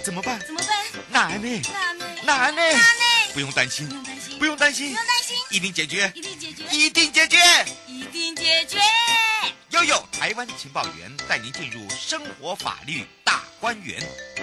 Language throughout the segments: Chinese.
怎么办？ 怎么办？ 难呢？难呢？不用担心，不用担心，一定解决，一定解决。悠悠台湾情报员带您进入生活法律大观园。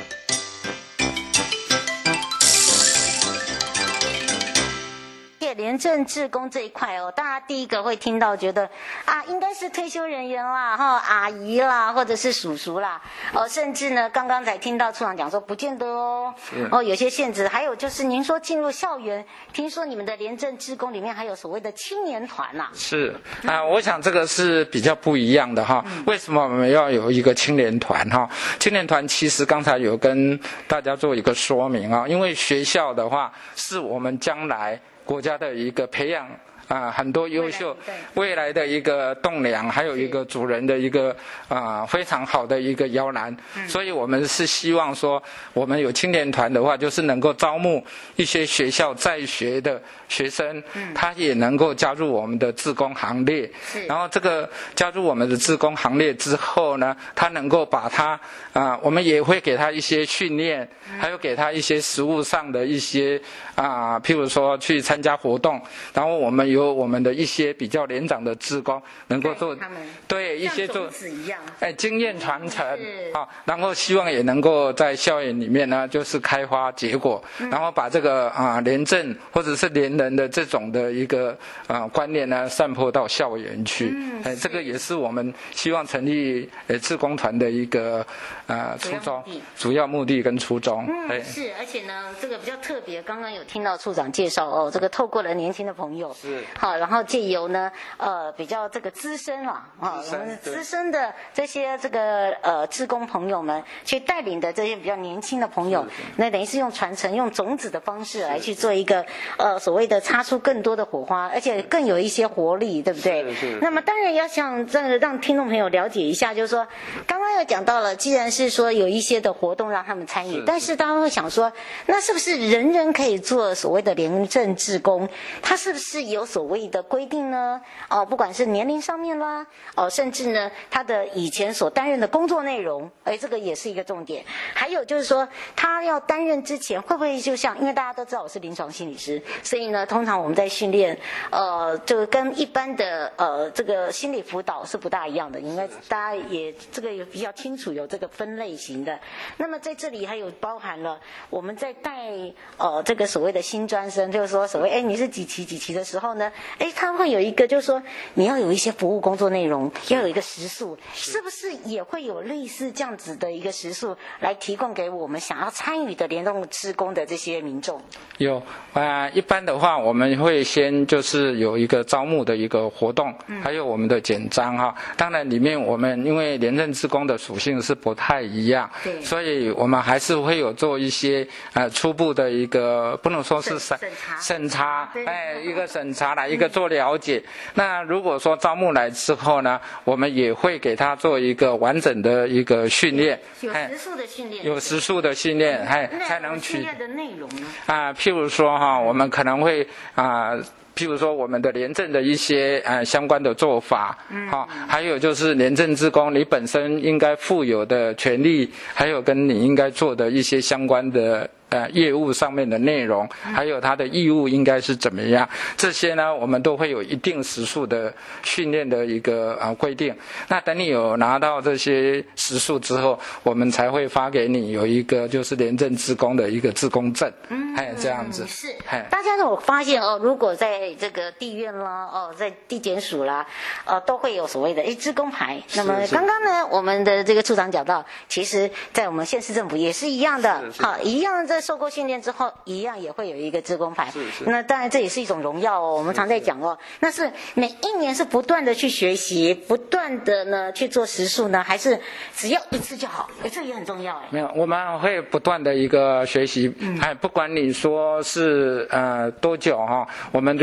廉政志工这一块哦，大家第一个会听到觉得啊，应该是退休人员啦，哈，阿姨啦，或者是叔叔啦，甚至呢，刚刚才听到处长讲说不见得哦，有些限制，还有就是您说进入校园，听说你们的廉政志工里面还有所谓的青年团呐、 是啊，我想这个是比较不一样的哈。为什么我们要有一个青年团哈？青年团其实刚才有跟大家做一个说明啊，因为学校的话是我们将来国家的一个培养很多优秀未来的一个栋梁，还有一个主人的一个非常好的一个摇篮，所以我们是希望说，我们有青年团的话，就是能够招募一些学校在学的学生，他也能够加入我们的志工行列。然后这个加入我们的志工行列之后呢，他能够把他我们也会给他一些训练，还有给他一些实务上的一些譬如说去参加活动，然后我们有我们的一些比较年长的志工能够做对一些做经验传承然后希望也能够在校园里面呢就是开花结果，然后把这个廉政或者是廉人的这种的一个观念呢散播到校园去。这个也是我们希望成立志工团的一个初衷、主要目的跟初衷。 是，而且呢这个比较特别，刚刚有听到处长介绍哦，这个透过了年轻的朋友是好，然后借由呢比较这个资深我们资深的这些这个志工朋友们去带领的这些比较年轻的朋友，那等于是用传承、用种子的方式来去做一个所谓的擦出更多的火花，而且更有一些活力，对不对？是。那么当然要像这个让听众朋友了解一下，就是说刚刚有讲到了，既然是说有一些的活动让他们参与，但是大家会想说，那是不是人人可以做所谓的廉政志工？他是不是有所谓的规定呢？不管是年龄上面啦，甚至呢他的以前所担任的工作内容，这个也是一个重点。还有就是说，他要担任之前会不会就像，因为大家都知道我是临床心理师，所以呢，通常我们在训练，这个跟一般的这个心理辅导是不大一样的，应该大家也这个也比较清楚有这个分类型的。那么在这里还有包含了我们在带这个所谓的新专生，就是说所谓你是几期的时候呢，他会有一个就是说你要有一些服务工作内容，要有一个时数，是不是也会有类似这样子的一个时数来提供给我们想要参与的联动志工的这些民众？有一般的话我们会先就是有一个招募的一个活动，还有我们的简章哈。当然里面我们因为廉政志工的属性是不太一样，所以我们还是会有做一些初步的一个不能说是审查一个审查来一个做了解。那如果说招募来之后呢，我们也会给他做一个完整的一个训练， 有时数的训练， 有时数的训练，才能去训练的内容呢譬如说我们可能会譬如说我们的廉政的一些相关的做法，还有就是廉政志工你本身应该负有的权利，还有跟你应该做的一些相关的业务上面的内容，还有他的义务应该是怎么样，这些呢我们都会有一定时数的训练的一个规定。那等你有拿到这些时数之后，我们才会发给你有一个就是廉政志工的一个志工证，这样子。 是，大家有发现如果在这个地院啦，在地检署啦，都会有所谓的志工牌。那么刚刚呢，我们的这个处长讲到，其实在我们县市政府也是一样的，一样在受过训练之后，一样也会有一个志工牌。那当然这也是一种荣耀我们常在讲那是每一年是不断的去学习，不断的呢去做时数呢，还是只要一次就好？这也很重要没有，我们会不断的一个学习，不管你说是多久我们就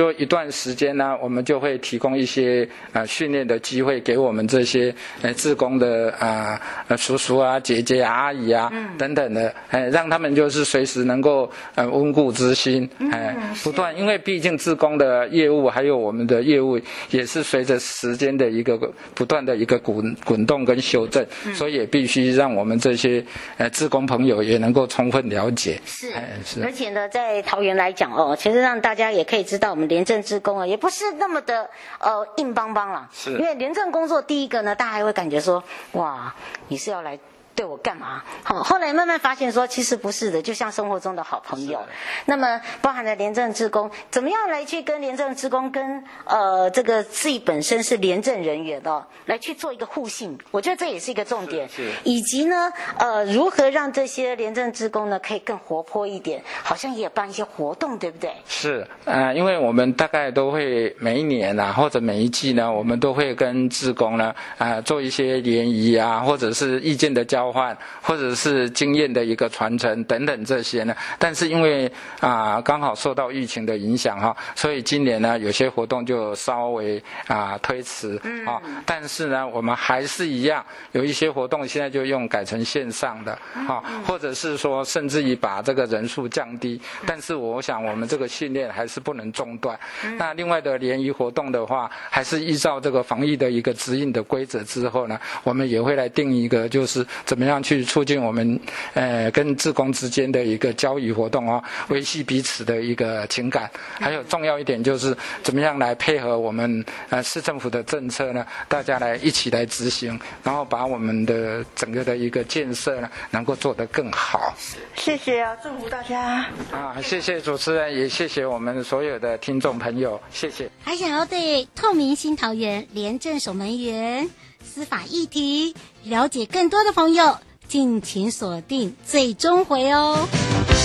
说一段时间呢，我们就会提供一些训练的机会给我们这些志工的叔叔啊、姐姐啊、阿姨啊等等的，让他们就是随时能够温故知新，不断，因为毕竟志工的业务还有我们的业务也是随着时间的一个不断的一个滚动跟修正，所以也必须让我们这些志工朋友也能够充分了解。 是，而且呢，在桃园来讲哦，其实让大家也可以知道，我们廉政志工啊，也不是那么的硬邦邦啦。是，因为廉政工作第一个呢，大家还会感觉说，哇，你是要来对我干嘛？好，后来慢慢发现说，其实不是的，就像生活中的好朋友。那么包含了廉政志工，怎么样来去跟廉政志工跟这个自己本身是廉政人员哦，来去做一个互信，我觉得这也是一个重点。是，以及呢，如何让这些廉政志工呢可以更活泼一点，好像也办一些活动，对不对？是， 因为我们大概都会每一年啊，或者每一季呢，我们都会跟志工呢做一些联谊啊，或者是意见的交换，或者是经验的一个传承等等这些呢。但是因为刚好受到疫情的影响哈，所以今年呢有些活动就稍微推迟啊。但是呢，我们还是一样有一些活动现在就改成线上的或者是说甚至于把这个人数降低。但是我想我们这个训练还是不能中断。那另外的联谊活动的话，还是依照这个防疫的一个指引的规则之后呢，我们也会来定一个就是怎么样去促进我们跟志工之间的一个交谊活动维系彼此的一个情感。还有重要一点就是怎么样来配合我们市政府的政策呢，大家来一起来执行，然后把我们的整个的一个建设呢能够做得更好。 谢谢祝福大家谢谢主持人，也谢谢我们所有的听众朋友，谢谢。 还想要对透明新桃园廉政守门员司法议题了解更多的朋友，敬请锁定最终回哦。